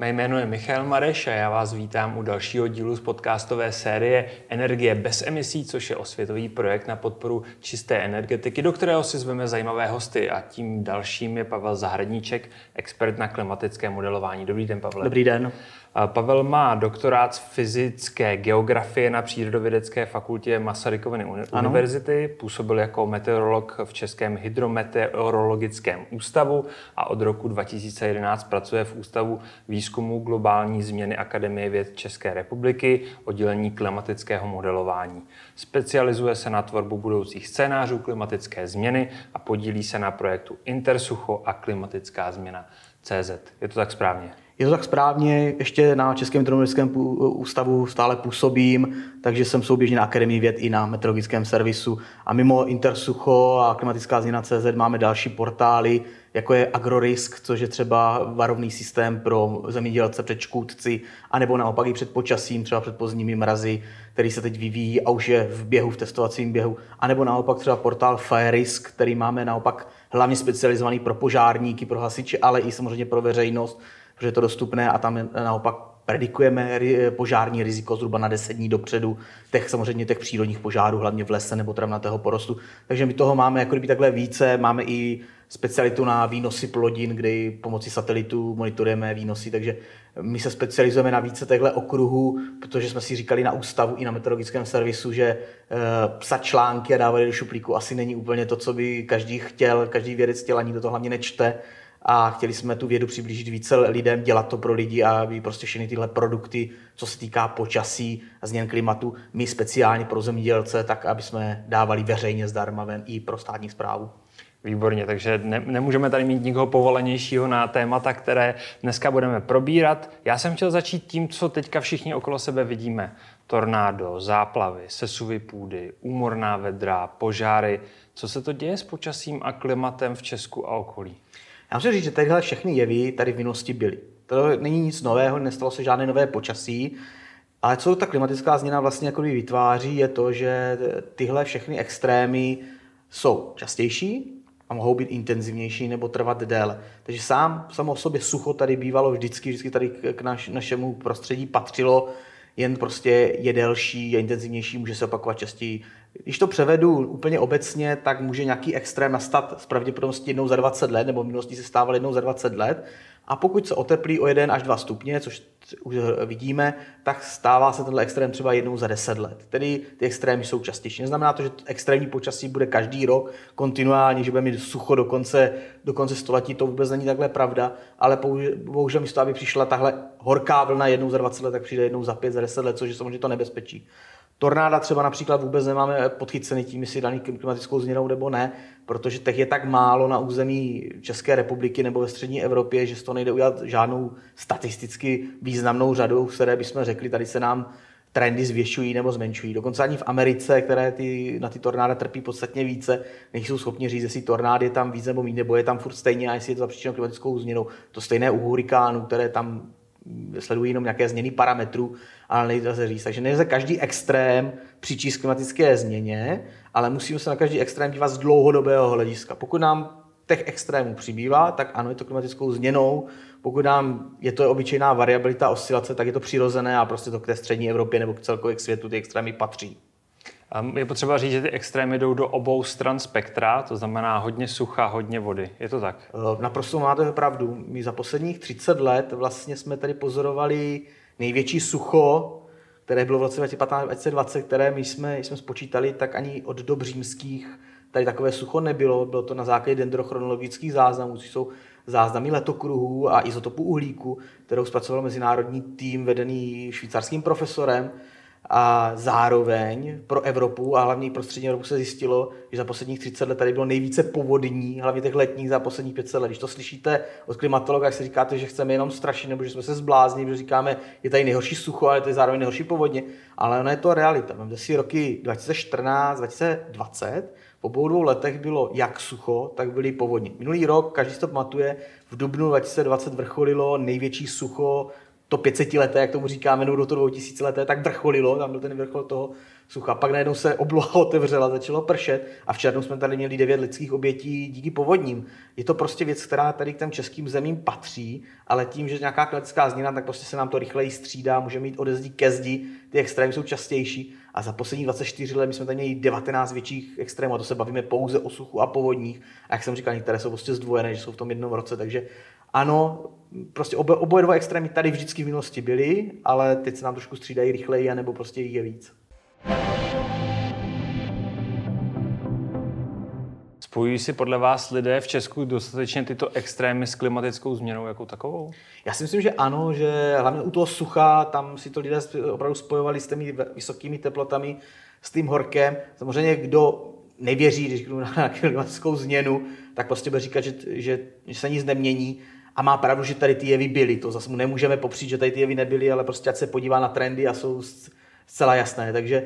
Mé jméno je Michal Mareš a já vás vítám u dalšího dílu z podcastové série Energie bez emisí, což je osvětový projekt na podporu čisté energetiky, do kterého si zveme zajímavé hosty. A tím dalším je Pavel Zahradníček, expert na klimatické modelování. Dobrý den, Pavle. Dobrý den. Pavel má doktorát z fyzické geografie na Přírodovědecké fakultě Masarykovy univerzity, působil jako meteorolog v Českém hydrometeorologickém ústavu a od roku 2011 pracuje v Ústavu výzkumu globální změny Akademie věd České republiky, oddělení klimatického modelování. Specializuje se na tvorbu budoucích scénářů klimatické změny a podílí se na projektu Intersucho a klimatická změna CZ. Je to tak správně? Je to tak správně, ještě na Českém meteorologickém ústavu stále působím, takže jsem souběžně na Akademii věd i na meteorologickém servisu. A mimo Intersucho a klimatická změna CZ máme další portály, jako je AgroRisk, což je třeba varovný systém pro zemědělce před škůdci, anebo naopak i před počasím, třeba před pozdními mrazy, který se teď vyvíjí a už je v běhu, v testovacím běhu, anebo naopak třeba portál FireRisk, který máme naopak hlavně specializovaný pro požárníky, pro hasiče, ale i samozřejmě pro veřejnost, protože je to dostupné a tam naopak predikujeme požární riziko zhruba na 10 dní dopředu, samozřejmě těch přírodních požárů, hlavně v lese nebo travnatého porostu. Takže my toho máme jako kdyby takhle více, máme i specialitu na výnosy plodin, kde pomocí satelitu monitorujeme výnosy, takže my se specializujeme na více těchto okruhů, protože jsme si říkali na ústavu i na meteorologickém servisu, že psat články a dávat je do šuplíku asi není úplně to, co by každý chtěl, každý vědec chtěl, a nikdo to hlavně nečte. A chtěli jsme tu vědu přiblížit více lidem, dělat to pro lidi, a aby prostě všechny tyhle produkty, co se týká počasí a změn klimatu, my speciálně pro zemědělce, tak aby jsme dávali veřejně zdarma ven i pro státní správu. Výborně, takže nemůžeme tady mít nikoho povolenějšího na témata, které dneska budeme probírat. Já jsem chtěl začít tím, co teďka všichni okolo sebe vidíme. Tornádo, záplavy, sesuvy půdy, úmorná vedra, požáry. Co se to děje s počasím a klimatem v Česku a okolí? Já musím říct, že tadyhle všechny jevy tady v minulosti byly. To není nic nového, nestalo se žádné nové počasí, ale co ta klimatická změna vlastně jako vytváří, je to, že tyhle všechny extrémy jsou častější a mohou být intenzivnější nebo trvat déle. Takže samo o sobě sucho tady bývalo vždycky tady k našemu prostředí patřilo, jen prostě je delší, je intenzivnější, může se opakovat častěji. Když to převedu úplně obecně, tak může nějaký extrém nastat s pravděpodobností jednou za 20 let, nebo v minulosti se stával jednou za 20 let. A pokud se oteplí o 1 až 2 stupně, což už vidíme, tak stává se tenhle extrém třeba jednou za 10 let. Tedy ty extrémy jsou častější. Neznamená to, že extrémní počasí bude každý rok kontinuálně, že bude mít sucho do konce století, to vůbec není takhle pravda, ale bohužel místo, aby přišla tahle horká vlna jednou za 20 let, tak přijde jednou za 5, za 10 let, což je samozřejmě to nebezpečí. Tornáda třeba například vůbec nemáme podchycený tím, jestli daný klimatickou změnou nebo ne, protože těch je tak málo na území České republiky nebo ve střední Evropě, že z toho nejde udělat žádnou statisticky významnou řadu, v které bychom řekli, tady se nám trendy zvětšují nebo zmenšují. Dokonce ani v Americe, které na ty tornáda trpí podstatně více, nejsou schopni říct, jestli tornád je tam víc nebo méně, nebo je tam furt stejně, a jestli je to zapříčiněno klimatickou změnou. To stejné u hurikánů, které tam sledují jenom nějaké změny parametrů, ale nejde se říct. Takže nejde každý extrém přičíst klimatické změně, ale musíme se na každý extrém dívat z dlouhodobého hlediska. Pokud nám těch extrémů přibývá, tak ano, je to klimatickou změnou. Pokud nám je to obyčejná variabilita, oscilace, tak je to přirozené a prostě to k té střední Evropě nebo k celkově k světu ty extrémy patří. Je potřeba říct, že ty extrémy jdou do obou stran spektra, to znamená hodně sucha, hodně vody. Je to tak? Naprosto máte pravdu. My za posledních 30 let vlastně jsme tady pozorovali největší sucho, které bylo v roce 2015-2020, které my jsme spočítali, tak ani od dob římských tady takové sucho nebylo. Bylo to na základě dendrochronologických záznamů, což jsou záznamy letokruhů a izotopů uhlíku, kterou zpracoval mezinárodní tým vedený švýcarským profesorem. A zároveň pro Evropu a hlavně pro střední Evropu se zjistilo, že za posledních 30 let tady bylo nejvíce povodní, hlavně těch letních za posledních 500 let. Když to slyšíte od klimatologa, jak si říkáte, že chceme jenom strašit nebo že jsme se zbláznili, že říkáme, je tady nejhorší sucho, ale to je zároveň nejhorší povodně. Ale ono je to realita. Vemte si roky 2014, 2020, po obou 2 letech bylo jak sucho, tak byly povodně. Minulý rok, každý si to pamatuje, v dubnu 2020 vrcholilo největší sucho to 500 leté, jak tomu říkáme, nebo do to 2000 leté, tak vrcholilo, tam byl ten vrchol toho sucha. Pak najednou se obloha otevřela, začalo pršet a v červnu jsme tady měli 9 lidských obětí díky povodním. Je to prostě věc, která tady k těm českým zemím patří, ale tím, že nějaká klimatická změna, tak prostě se nám to rychleji střídá, můžeme jít ode zdi ke zdi, ty extrémy jsou častější a za poslední 24 let my jsme tady měli 19 větších extrémů a to se bavíme pouze o suchu a povodních. A jak jsem říkal, některé jsou prostě zdvojené, že jsou v tom jednom roce, takže ano, prostě oboje dva extrémy tady vždycky v minulosti byly, ale teď se nám trošku střídají rychleji, anebo prostě jich je víc. Spojují si podle vás lidé v Česku dostatečně tyto extrémy s klimatickou změnou jako takovou? Já si myslím, že ano, že hlavně u toho sucha, tam si to lidé opravdu spojovali s těmi vysokými teplotami, s tím horkem. Samozřejmě, kdo nevěří, když řeknu na klimatickou změnu, tak prostě bude říkat, že se nic nemění. A má pravdu, že tady ty jevy byly. To zase mu nemůžeme popřít, že tady ty jevy nebyly, ale prostě ať se podívá na trendy a jsou zcela jasné. Takže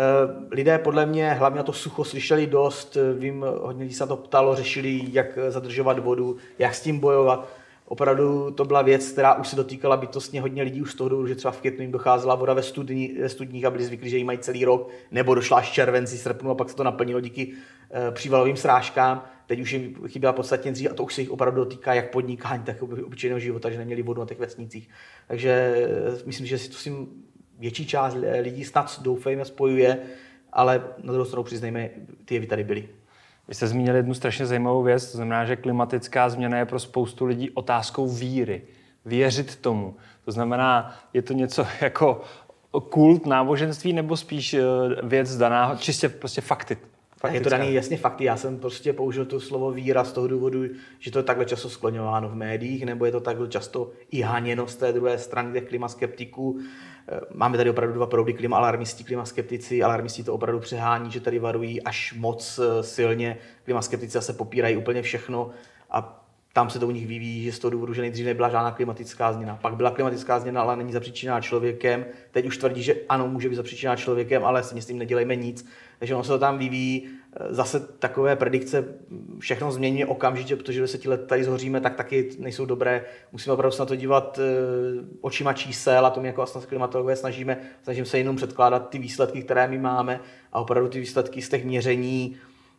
lidé podle mě hlavně na to sucho slyšeli dost. Vím, hodně lidí se na to ptalo, řešili, jak zadržovat vodu, jak s tím bojovat. Opravdu to byla věc, která už se dotýkala bytostně hodně lidí už z toho důvodu, že třeba v květnu jim docházela voda ve studních a byli zvyklí, že ji mají celý rok, nebo došla až červenci, srpnu a pak se to naplnilo díky přívalovým srážkám. Teď už jim chyběla podstatně dřív a to už se jich opravdu dotýká jak podnikání, tak obyčejného života, že neměli vodu na těch vesnicích. Takže myslím, že si to s tím větší část lidí snad doufejme spojuje, ale na druhou stranu přiznejme, ty jevy tady byly. Vy jste zmínil jednu strašně zajímavou věc, to znamená, že klimatická změna je pro spoustu lidí otázkou víry. Věřit tomu. To znamená, je to něco jako kult náboženství nebo spíš věc daná, čistě prostě fakty? Je to daný jasně fakty. Já jsem prostě použil to slovo víra z toho důvodu, že to je takhle často skloňováno v médiích, nebo je to takhle často i haněno z té druhé strany těch klimaskeptiků. Máme tady opravdu dva proudy, klimaalarmisti, klimaskeptici. Alarmisti to opravdu přehání, že tady varují až moc silně. Klimaskeptici zase popírají úplně všechno a tam se to u nich vyvíjí, že z toho důvodu, že nejdřív nebyla žádná klimatická změna. Pak byla klimatická změna, ale není zapříčiněná člověkem. Teď už tvrdí, že ano, může být zapříčiněná člověkem, ale s tím nedělejme nic. Takže ono se to tam vyvíjí. Zase takové predikce, všechno změní okamžitě, protože 10 let tady zhoříme, tak taky nejsou dobré. Musíme opravdu se na to dívat očima čísel a to my jako klimatologové snažíme se jenom předkládat ty výsledky, které my máme a opravdu ty výsledky z těch měření,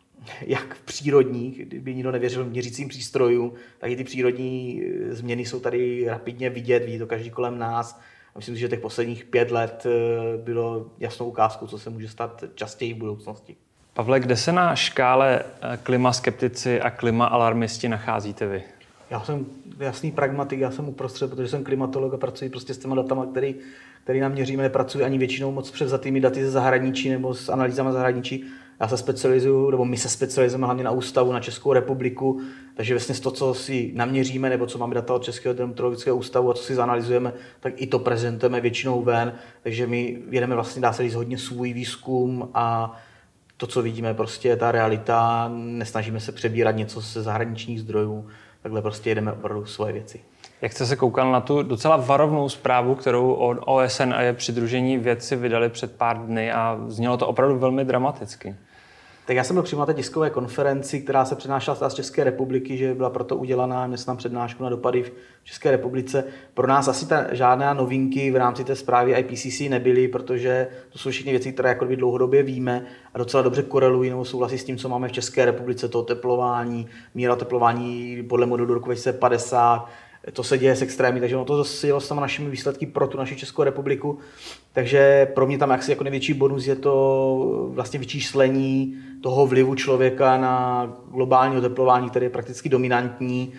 jak přírodních, kdyby nikdo nevěřil měřícím přístrojům, tak i ty přírodní změny jsou tady rapidně vidět, vidí to každý kolem nás. A myslím si, že těch posledních 5 let bylo jasnou ukázkou, co se může stát častěji v budoucnosti. Pavle, kde se na škále klimaskeptici a klimaalarmisti nacházíte vy? Já jsem jasný pragmatik, já jsem uprostřed, protože jsem klimatolog a pracuji prostě s těma datama, který nám měříme, nepracuji ani většinou moc převzatými daty ze zahraničí nebo s analýzami zahraničí. Já se specializuju, nebo my se specializujeme hlavně na ústavu, na Českou republiku, takže vlastně to, co si naměříme, nebo co máme data od Českého dermatologického ústavu a co si zanalizujeme, tak i to prezentujeme většinou ven, takže my jedeme vlastně, dá se říct, hodně svůj výzkum a to, co vidíme, prostě je ta realita, nesnažíme se přebírat něco ze zahraničních zdrojů, takhle prostě jedeme opravdu svoje věci. Jak jste se koukal na tu docela varovnou zprávu, kterou od OSN a je přidružení vědci vydali před pár dny a znělo to opravdu velmi dramaticky? Tak já jsem byl přímo na té tiskové konferenci, která se přenášela z České republiky, že byla proto udělaná, dnes tam přednášku na dopady v České republice. Pro nás asi žádné novinky v rámci té zprávy IPCC nebyly, protože to jsou všechny věci, které jako dlouhodobě víme a docela dobře korelují nebo souhlasí s tím, co máme v České republice, to oteplování, míra oteplování podle modelu do roku 2050, to se děje s extrémy, takže ono to zasílilo s našimi výsledky pro tu naši Českou republiku. Takže pro mě tam jako největší bonus je to vlastně vyčíslení toho vlivu člověka na globální oteplování, který je prakticky dominantní.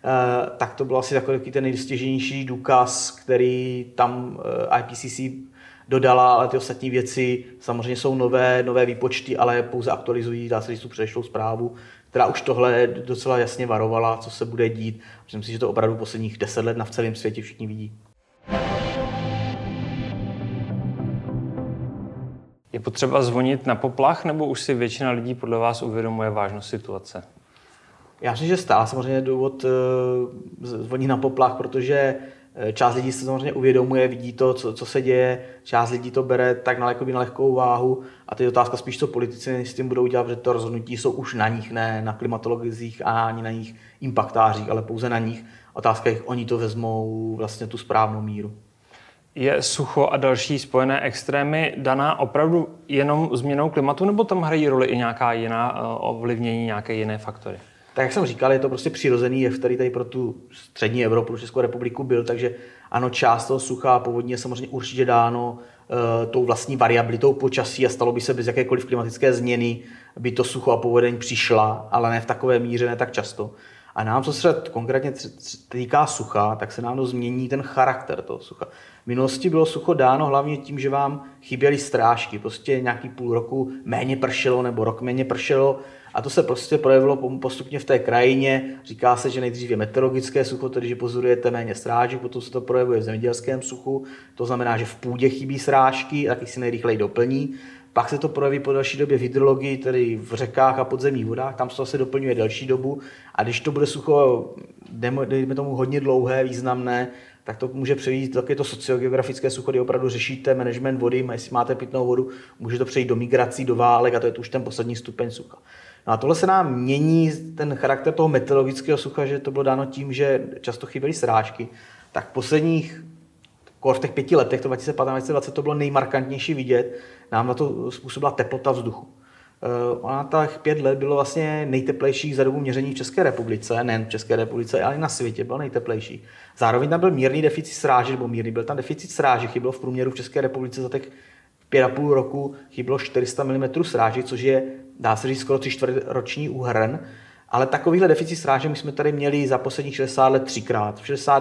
Tak to byl asi takový ten nejstěžejnější důkaz, který tam IPCC dodala, ale ty ostatní věci samozřejmě jsou nové výpočty, ale pouze aktualizují, dá se říct, tu předešlou zprávu, která už tohle docela jasně varovala, co se bude dít. Myslím si, že to opravdu posledních 10 let na v celém světě všichni vidí. Je potřeba zvonit na poplach, nebo už si většina lidí podle vás uvědomuje vážnost situace? Já myslím, že stále samozřejmě důvod zvonit na poplach, protože část lidí se samozřejmě uvědomuje, vidí to, co se děje, část lidí to bere tak na lehkou váhu a teď je otázka spíš, co politici s tím budou dělat, protože to rozhodnutí jsou už na nich, ne na klimatologích a ani na nich impaktářích, ale pouze na nich. Otázka je, oni to vezmou vlastně tu správnou míru. Je sucho a další spojené extrémy daná opravdu jenom změnou klimatu, nebo tam hrají roli i nějaká jiná ovlivnění, nějaké jiné faktory? Tak jak jsem říkal, je to prostě přirozený jev, který tady pro tu střední Evropu, pro Českou republiku byl, takže ano, část toho sucha a povodní je samozřejmě určitě dáno tou vlastní variabilitou počasí a stalo by se bez jakékoliv klimatické změny, by to sucho a povodeň přišla, ale ne v takové míře, ne tak často. A nám, co se konkrétně týká sucha, tak se nám změní ten charakter toho sucha. V minulosti bylo sucho dáno hlavně tím, že vám chyběly strážky. Prostě nějaký půl roku méně pršelo nebo rok méně pršelo a to se prostě projevilo postupně v té krajině. Říká se, že nejdřív je meteorologické sucho, tedy že pozorujete méně srážek, potom se to projevuje v zemědělském suchu. To znamená, že v půdě chybí srážky, taky si nejrychleji doplní. Pak se to projeví po další době v hydrologii, tedy v řekách a podzemních vodách, tam se to asi doplňuje delší dobu. A když to bude sucho, dejme tomu hodně dlouhé, významné, tak to může přejít, také to sociogeografické sucho, kdy opravdu řešíte management vody, jestli máte pitnou vodu, může to přejít do migrací, do válek a to je už ten poslední stupeň sucha. No a tohle se nám mění ten charakter toho meteorologického sucha, že to bylo dáno tím, že často chyběly srážky. Tak v těch 5 letech, to 2015-2020, to bylo nejmarkantnější vidět, nám na to způsobila teplota vzduchu. Ona těch 5 let bylo vlastně nejteplejších za dobu měření v České republice, nejen v České republice, ale i na světě bylo nejteplejší. Zároveň tam byl mírný deficit srážek, byl tam deficit srážek, chybělo v průměru v České republice za těch 5,5 roku chybělo 400 mm srážek, což je, dá se říct, skoro 3/4 roční úhrn. Ale takovýhle deficit srážek my jsme tady měli za posledních 60 let 3krát.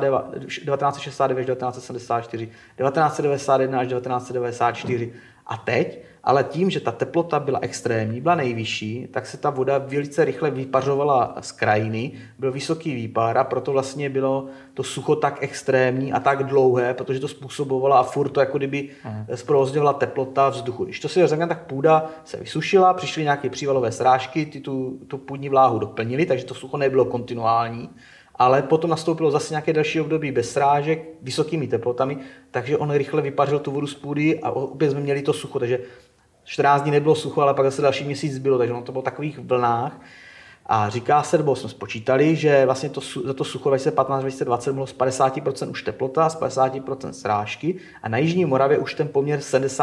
1969 až 1974, 1991 až 1994 a teď. Ale tím, že ta teplota byla extrémní, byla nejvyšší, tak se ta voda velice rychle vypařovala z krajiny, byl vysoký výpar a proto vlastně bylo to sucho tak extrémní a tak dlouhé, protože to způsobovalo a furt to jako kdyby zprovozňovala teplota vzduchu. Když to si řekneme, tak půda se vysušila, přišly nějaké přívalové srážky, ty tu půdní vláhu doplnili, takže to sucho nebylo kontinuální. Ale potom nastoupilo zase nějaké další období bez srážek, vysokými teplotami, takže on rychle vypařil tu vodu z půdy a opět jsme měli to sucho. Takže 14 dní nebylo sucho, ale pak zase další měsíc bylo, takže ono to bylo v takových vlnách. A říká se, nebo jsme spočítali, že vlastně za to sucho 2015-2020 bylo z 50% už teplota, z 50% srážky a na jižní Moravě už ten poměr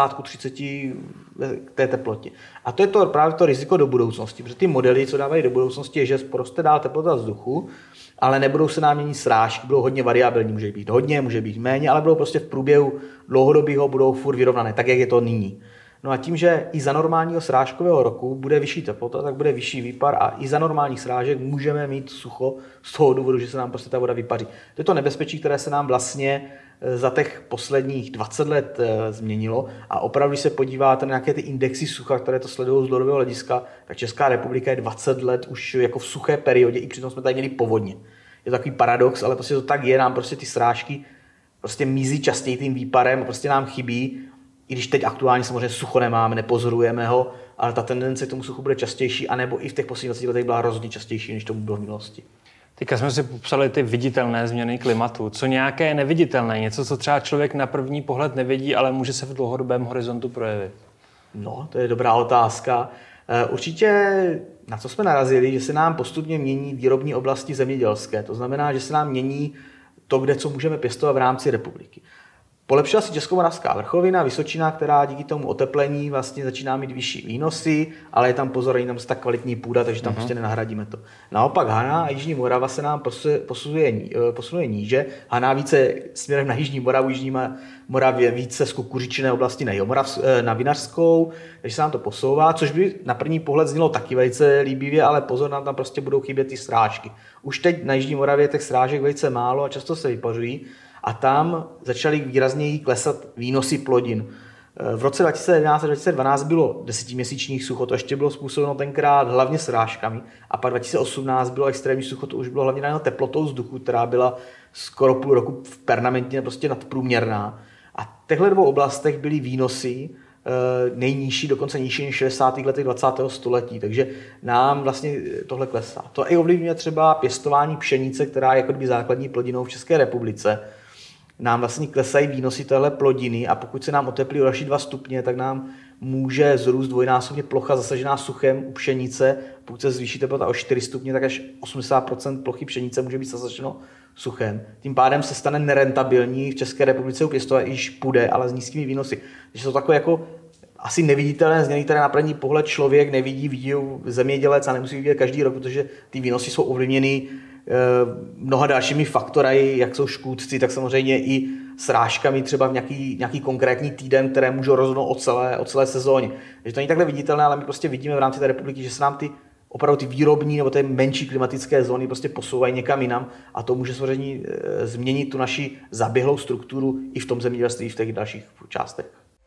70:30 k té teplotě. A to je právě to riziko do budoucnosti, protože ty modely, co dávají do budoucnosti, je, že poroste dál teplota vzduchu, ale nebudou se nám měnit srážky, budou hodně variabilní, může být hodně, může být méně, ale budou prostě v průběhu dlouhodobého budou furt vyrovnané, tak jak je to nyní. No a tím, že i za normálního srážkového roku bude vyšší teplota, tak bude vyšší výpar a i za normálních srážek můžeme mít sucho z toho důvodu, že se nám prostě ta voda vypaří. To je to nebezpečí, které se nám vlastně za těch posledních 20 let změnilo a opravdu, když se podíváte na nějaké ty indexy sucha, které to sledují z dlouhodobého hlediska, tak Česká republika je 20 let už jako v suché periodě, i přitom jsme tady měli povodně. Je to takový paradox, ale prostě to tak je, nám prostě ty srážky prostě mizí častěji tím výparem, prostě nám chybí. I když teď aktuálně samozřejmě sucho nemáme, nepozorujeme ho, ale ta tendence k tomu suchu bude častější, anebo i v těch posledních 20 letech byla rozhodně častější, než tomu bylo v minulosti. Teďka jsme si popsali ty viditelné změny klimatu. Co nějaké neviditelné? Něco, co třeba člověk na první pohled nevidí, ale může se v dlouhodobém horizontu projevit? No, to je dobrá otázka. Určitě na co jsme narazili, že se nám postupně mění výrobní oblasti zemědělské. To znamená, že se nám mění to, kde co můžeme pěstovat v rámci republiky. Polepšila si Českomoravská vrchovina, Vysočina, která díky tomu oteplení vlastně začíná mít vyšší výnosy, ale je tam pozor, není tam tak kvalitní půda, takže tam prostě nenahradíme to. Naopak Haná a Jižní Morava se nám posunuje níže. Haná více směrem na Jižní Moravu, Jižní Moravě více z kukuřičné oblasti na Vinařskou, takže se nám to posouvá, což by na první pohled znělo taky velice líbivě, ale pozor, nám tam prostě budou chybět ty srážky. Už teď na Jižní Moravě těch srážek velice málo a často se vypařují. A tam začaly výrazněji klesat výnosy plodin. V roce 2011 a 2012 bylo 10měsíčních sucho, to ještě bylo způsobeno tenkrát hlavně srážkami. A pak 2018 bylo extrémní sucho, to už bylo hlavně dáno teplotou vzduchu, která byla skoro půl roku permanentně prostě nadprůměrná. A v těchto dvou oblastech byly výnosy nejnižší, dokonce nižší než 60. letech 20. století, takže nám vlastně tohle klesá. To i ovlivňuje třeba pěstování pšenice, která je jako kdyby základní plodinou v České republice. nám vlastně klesají výnosy téhle plodiny a pokud se nám oteplí o další 2 stupně, tak nám může zrůst dvojnásobně plocha zasažená suchem u pšenice. Pokud se zvýší teplota o 4 stupně, tak až 80% plochy pšenice může být zasaženo suchem. Tím pádem se stane nerentabilní v České republice upěstovat, i když půjde, ale s nízkými výnosy. Takže jsou takové jako asi neviditelné změny, které na první pohled člověk nevidí, vidí zemědělec a nemusí vidět každý rok, protože ty výnosy jsou ovlivněny mnoha dalšími faktory, jak jsou škůdci, tak samozřejmě i srážkami třeba v nějaký konkrétní týden, které můžou rozhodnout o celé sezóně. Takže to není takhle viditelné, ale my prostě vidíme v rámci té republiky, že se nám opravdu ty výrobní nebo ty menší klimatické zóny prostě posouvají někam jinam a to může samozřejmě změnit tu naši zaběhlou strukturu i v tom zemědělství, v těch dalších částech.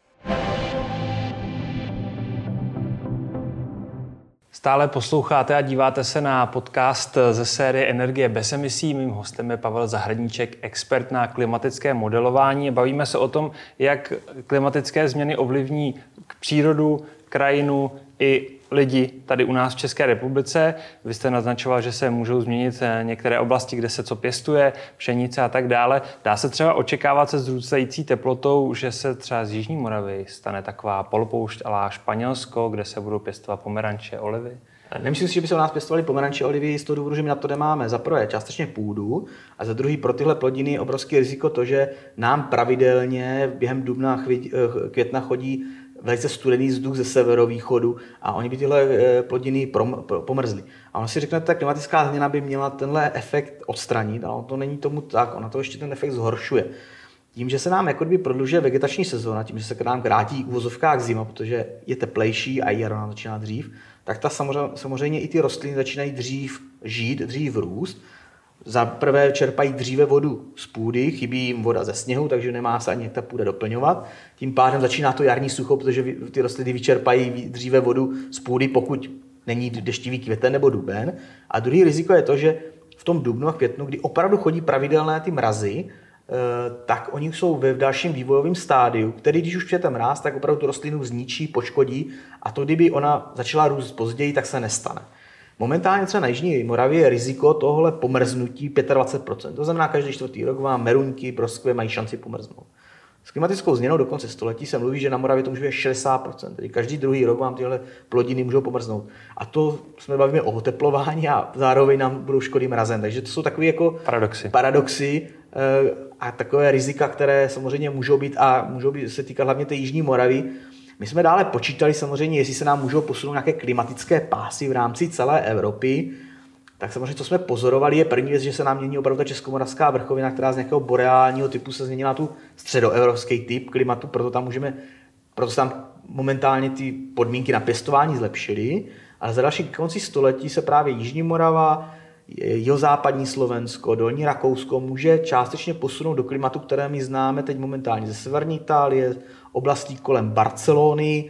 Stále posloucháte a díváte se na podcast ze série Energie bez emisí. Mým hostem je Pavel Zahradníček, expert na klimatické modelování. Bavíme se o tom, jak klimatické změny ovlivní přírodu, krajinu i lidi tady u nás v České republice. Vy jste naznačoval, že se můžou změnit některé oblasti, kde se co pěstuje, pšenice a tak dále. Dá se třeba očekávat se vzrůstající teplotou, že se třeba z Jižní Moravy stane taková polopoušť a la Španělsko, kde se budou pěstovat pomeranče, olivy? Nemyslím si, že by se u nás pěstovali pomeranče, olivy z toho důvodu, že my na to nemáme za prvé částečně půdu a za druhý pro tyhle plodiny je obrovské riziko to, že nám pravidelně během dubna, května chodí velice studený vzduch ze severovýchodu a oni by tyhle plodiny pomrzly. A on si řekne, že ta klimatická změna by měla tenhle efekt odstranit, ale to není tomu tak, ona to ještě ten efekt zhoršuje. Tím, že se nám jako kdyby prodlužuje vegetační sezóna, tím, že se k nám krátí v uvozovkách zima, protože je teplejší a jaro nám začíná dřív, tak ta samozřejmě i ty rostliny začínají dřív žít, dřív růst. Za prvé čerpají dříve vodu z půdy, chybí jim voda ze sněhu, takže nemá se ani jak ta půda doplňovat. Tím pádem začíná to jarní sucho, protože ty rostliny vyčerpají dříve vodu z půdy, pokud není deštivý květen nebo duben. A druhý riziko je to, že v tom dubnu a květnu, kdy opravdu chodí pravidelné ty mrazy, tak oni jsou v dalším vývojovém stádiu, který když už přijde mráz, tak opravdu tu rostlinu zničí, poškodí a to, kdyby ona začala růst později, tak se nestane. Momentálně třeba na Jižní Moravě je riziko tohle pomrznutí 25%. To znamená, každý čtvrtý rok vám meruňky, broskve mají šanci pomrznout. S klimatickou změnou do konce století se mluví, že na Moravě to může být 60%. Tedy každý druhý rok vám tyhle plodiny můžou pomrznout. A to jsme bavíme o oteplování a zároveň nám budou škody mrazem. Takže to jsou takové jako paradoxy a takové rizika, které samozřejmě můžou být se týkat hlavně té Jižní Moravy. My jsme dále počítali samozřejmě, jestli se nám můžou posunout nějaké klimatické pásy v rámci celé Evropy. Tak samozřejmě, co jsme pozorovali, je první věc, že se nám mění opravdu ta českomoravská vrchovina, která z nějakého boreálního typu se změnila tu středoevropský typ klimatu, proto se tam momentálně ty podmínky na pěstování zlepšily. Ale za další konci století se právě Jižní Morava, jihozápadní Slovensko, dolní Rakousko může částečně posunout do klimatu, které my známe teď momentálně ze severní Itálie, oblastí kolem Barcelony,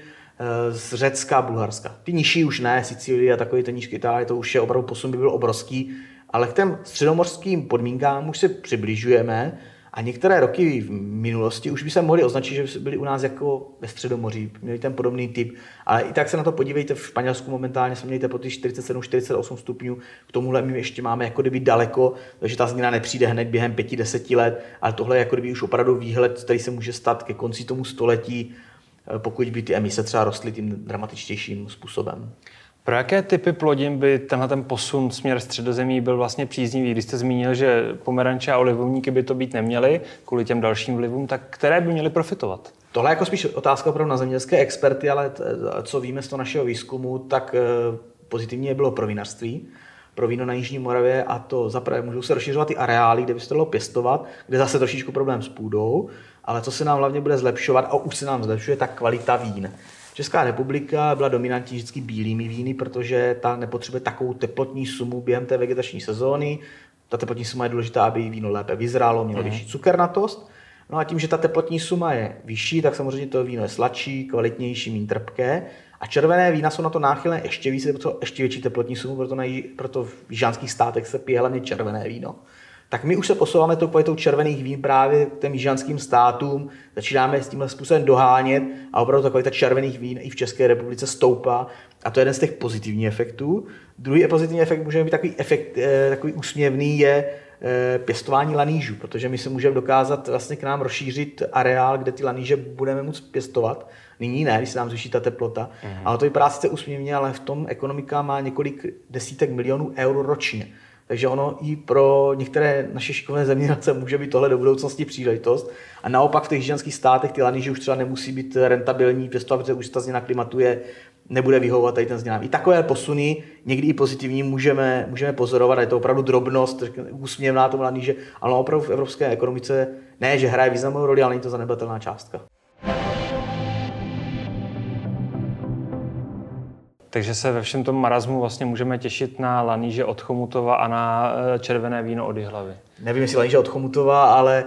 z Řecka, Bulharska. Ty nižší už ne, Sicílie a takový ten nížký Itálie, to už je opravdu posun by byl obrovský, ale k těm středomořským podmínkám už se přibližujeme a některé roky v minulosti už by se mohli označit, že byli u nás jako ve Středomoří, měli ten podobný typ, ale i tak se na to podívejte, v Španělsku momentálně jsme měli teploty 47-48 stupňů, k tomuhle my ještě máme jako kdyby daleko, takže ta změna nepřijde hned během 5-10 let, ale tohle je jako kdyby už opravdu výhled, který se může stát ke konci tomu století, pokud by ty emise třeba rostly tím dramatičtějším způsobem. Pro jaké typy plodin by tenhle posun směr Středozemí byl vlastně příznivý? Když jste zmínil, že pomeranče a olivovníky by to být neměly kvůli těm dalším vlivům, tak které by měly profitovat? Tohle je jako spíš otázka opravdu na zemědělské experty, ale co víme z toho našeho výzkumu, tak pozitivně bylo pro vinařství, pro víno na Jižní Moravě a to zaprvé můžou se rozšiřovat ty areály, kde by se to dalo pěstovat, kde zase trošičku problém s půdou, ale co se nám hlavně bude zlepšovat a už se nám zlepšuje, tak kvalita vín. Česká republika byla dominantní vždycky bílými víny, protože ta nepotřebuje takovou teplotní sumu během té vegetační sezóny. Ta teplotní suma je důležitá, aby víno lépe vyzrálo, mělo vyšší cukernatost. No a tím, že ta teplotní suma je vyšší, tak samozřejmě to víno je sladší, kvalitnější, méně trpké. A červené vína jsou na to náchylné ještě více, protože ještě větší teplotní sumu, proto v jižánských státech se pije hlavně červené víno. Tak my už se posouváme tou kvalitou červených vín právě k těm jižanským státům, začínáme s tímhle způsobem dohánět a opravdu ta kvalita červených vín i v České republice stoupá a to je jeden z těch pozitivních efektů. Druhý pozitivní efekt může být takový efekt, takový úsměvný, je pěstování lanížů, protože my se můžeme dokázat vlastně k nám rozšířit areál, kde ty laníže budeme moct pěstovat. Nyní ne, když se nám zvýší ta teplota. Ale to vypadá sice úsměvně, ale v tom ekonomika má několik desítek milionů eur ročně. Takže ono i pro některé naše šikovné zemědělce může být tohle do budoucnosti příležitost. A naopak v těch jižanských státech ty laníže už třeba nemusí být rentabilní pěstovat, protože už ta změna klimatu nebude vyhovovat tady ten změnám. I takové posuny, někdy i pozitivní, můžeme pozorovat. Je to opravdu drobnost, úsměvná to laníže, ale opravdu v evropské ekonomice ne, že hraje významnou roli, ale není to zanedbatelná částka. Takže se ve všem tom marazmu vlastně můžeme těšit na laníže od Chomutova a na červené víno od Jihlavy. Nevím, jestli laníže od Chomutova, ale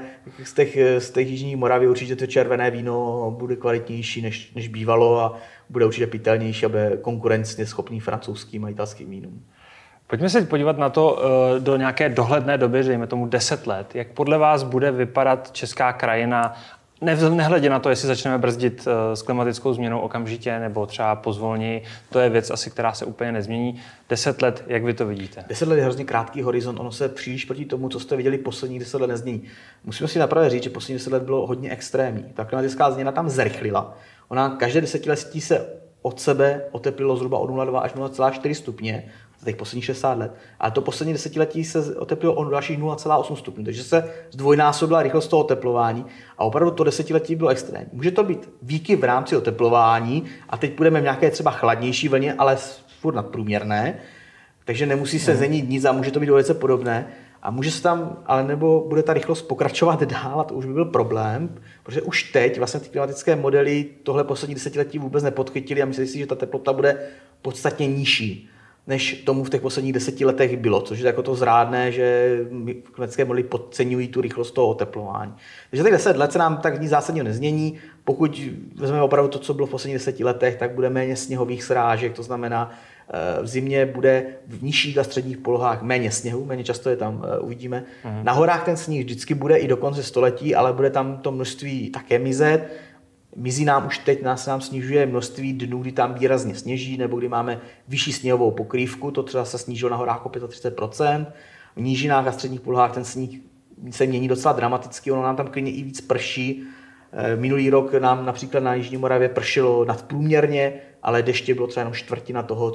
z těch jižní Moravy určitě to červené víno bude kvalitnější než bývalo a bude určitě pitelnější a bude konkurenčně schopný francouzským a italským vínům. Pojďme se podívat na to do nějaké dohledné doby, dejme tomu 10 let. Jak podle vás bude vypadat česká krajina, nehledě na to, jestli začneme brzdit s klimatickou změnou okamžitě nebo třeba pozvolněji, to je věc asi, která se úplně nezmění. 10 let, jak vy to vidíte? 10 let je hrozně krátký horizont, ono se příliš proti tomu, co jste viděli posledních 10 let nezmění. Musíme si napravdu říct, že posledních 10 let bylo hodně extrémní. Ta klimatická změna tam zrychlila. Ona každé desetiletí se od sebe oteplilo zhruba od 0,2 až 0,4 stupně, za těch posledních 60 let. A to poslední desetiletí se oteplilo o dalších 0,8 stupňů. Takže se zdvojnásobila rychlost toho oteplování a opravdu to desetiletí bylo extrémní. Může to být výkyv v rámci oteplování a teď budeme v nějaké třeba chladnější vlně, ale furt nadprůměrné. Takže nemusí se změnit nic a může to být velice podobné. A může se tam, ale nebo bude ta rychlost pokračovat dál a to už by byl problém, protože už teď vlastně ty klimatické modely tohle poslední desetiletí vůbec nepodchytily a myslí si, že ta teplota bude podstatně nižší, než tomu v těch posledních 10 letech bylo, což je jako to zrádné, že klimatické modely podceňují tu rychlost toho oteplování. Takže těch 10 let se nám tak nic zásadně nezmění. Pokud vezmeme opravdu to, co bylo v posledních 10 letech, tak bude méně sněhových srážek, to znamená, v zimě bude v nižších a středních polohách méně sněhu, méně často je tam uvidíme. Na horách ten sníh vždycky bude i do konce století, ale bude tam to množství také mizet. Mizí nám už teď, nám snižuje množství dnů, kdy tam výrazně sněží, nebo kdy máme vyšší sněhovou pokrývku, to třeba se snížilo na horách o 35%. V nížinách a středních polohách ten sníh se mění docela dramaticky, ono nám tam klidně i víc prší. Minulý rok nám například na Jižní Moravě pršelo nadprůměrně, ale deště bylo třeba jenom čtvrtina toho,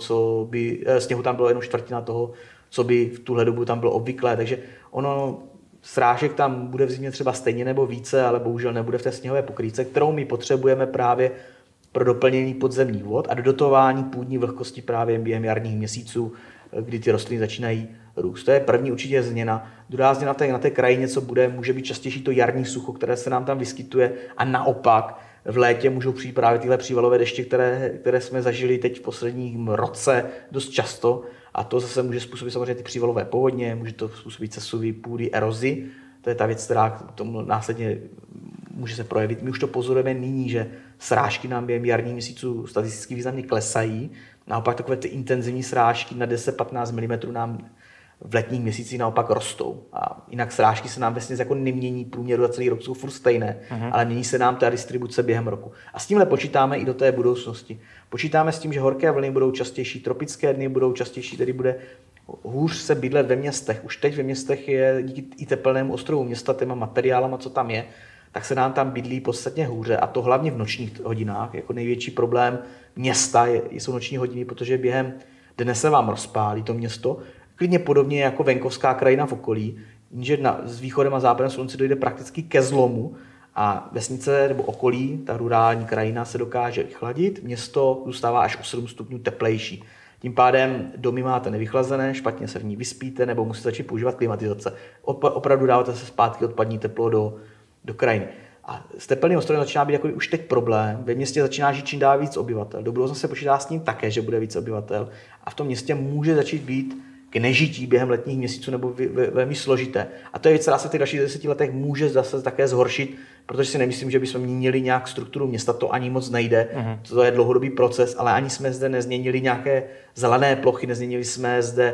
sněhu tam bylo jenom čtvrtina toho, co by v tuhle dobu tam bylo obvyklé. Takže ono srážek tam bude v zimě třeba stejně nebo více, ale bohužel nebude v té sněhové pokrývce, kterou my potřebujeme právě pro doplnění podzemních vod a do dotování půdní vlhkosti právě během jarních měsíců, kdy ty rostliny začínají růst. To je první určitě změna. Druhá změna na té krajině, co může být častější to jarní sucho, které se nám tam vyskytuje a naopak v létě můžou přijít právě tyhle přívalové deště, které jsme zažili teď v posledním roce dost často. A to zase může způsobit samozřejmě ty přívalové povodně, může to způsobit sesuvy půdy, erozi. To je ta věc, která k tomu následně může se projevit. My už to pozorujeme nyní, že srážky nám během jarních měsíců statisticky významně klesají. Naopak takové ty intenzivní srážky na 10-15 mm nám v letních měsících naopak rostou. A jinak srážky se nám vesměs jako nemění, průměru za celý rok jsou furt stejné, ale mění se nám ta distribuce během roku. A s tímhle počítáme i do té budoucnosti. Počítáme s tím, že horké vlny budou častější, tropické dny budou častější, tedy bude hůř se bydlet ve městech. Už teď ve městech je díky i tepelnému ostrovu města, těma materiálama, co tam je, tak se nám tam bydlí podstatně hůře. A to hlavně v nočních hodinách. Jako největší problém města jsou noční hodiny, protože během dne se vám rozpálí to město. Klidně podobně jako venkovská krajina v okolí, že s východem a západem slunce dojde prakticky ke zlomu a vesnice nebo okolí, ta rurální krajina se dokáže vychladit, město zůstává až o 7 stupňů teplejší. Tím pádem domy máte nevychlazené, špatně se v ní vyspíte nebo musíte začít používat klimatizace. Opravdu dáváte se zpátky odpadní teplo do krajiny. A s teplným ostrovem začíná být jako už teď problém. Ve městě začíná žít čím dál víc obyvatel. Do budoucna se počítá s tím také, že bude víc obyvatel. A v tom městě může začít být k nežití během letních měsíců nebo velmi složité. A to je věc, která se v těch dalších 10 letech může zase také zhoršit, protože si nemyslím, že bychom měnili nějak strukturu města, to ani moc nejde. To je dlouhodobý proces, ale ani jsme zde nezměnili nějaké zelené plochy, nezměnili jsme zde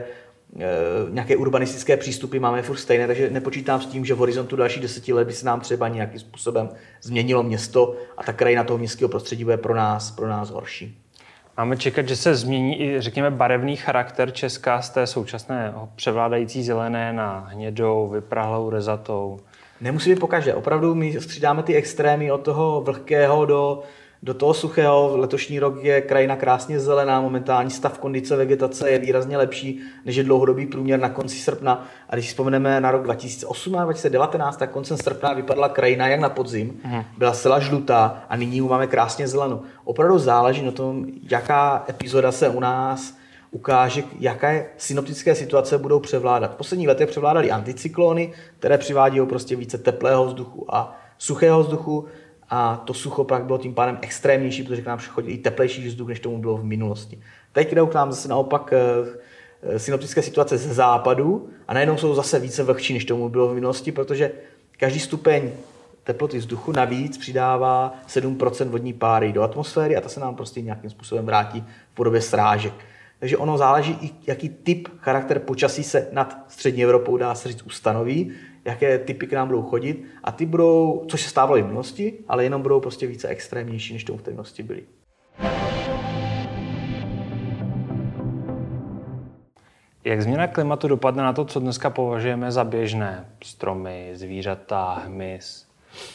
nějaké urbanistické přístupy, máme furt stejné, takže nepočítám s tím, že v horizontu dalších 10 let by se nám třeba nějakým způsobem změnilo město a ta krajina toho městského prostředí bude pro nás horší. Máme čekat, že se změní i, řekněme, barevný charakter Česka z té současné převládající zelené na hnědou, vyprahlou, rezatou? Nemusí být pokaždé. Opravdu my střídáme ty extrémy od toho vlhkého do toho suchého. Letošní rok je krajina krásně zelená, momentální stav kondice vegetace je výrazně lepší, než je dlouhodobý průměr na konci srpna. A když si vzpomeneme na rok 2018, 2019, tak koncem srpna vypadala krajina jak na podzim, byla zcela žlutá a nyní ji máme krásně zelenou. Opravdu záleží na tom, jaká epizoda se u nás ukáže, jaké synoptické situace budou převládat. V posledních letech převládaly anticyklony, které přivádějí prostě více teplého vzduchu a suchého vzduchu. A to sucho pak bylo tím pádem extrémnější, protože k nám chodil i teplejší vzduch, než tomu bylo v minulosti. Teď jdou k nám zase naopak synoptické situace ze západu a najednou jsou zase více vlhčí, než tomu bylo v minulosti, protože každý stupeň teploty vzduchu navíc přidává 7% vodní páry do atmosféry a ta se nám prostě nějakým způsobem vrátí v podobě srážek. Takže ono záleží i, jaký typ, charakter počasí se nad střední Evropou, dá se říct, ustanoví, jaké typy k nám budou chodit a ty budou, což se stávalo i v minulosti, ale jenom budou prostě více extrémnější, než tomu v té minulosti byly. Jak změna klimatu dopadne na to, co dneska považujeme za běžné? Stromy, zvířata, hmyz?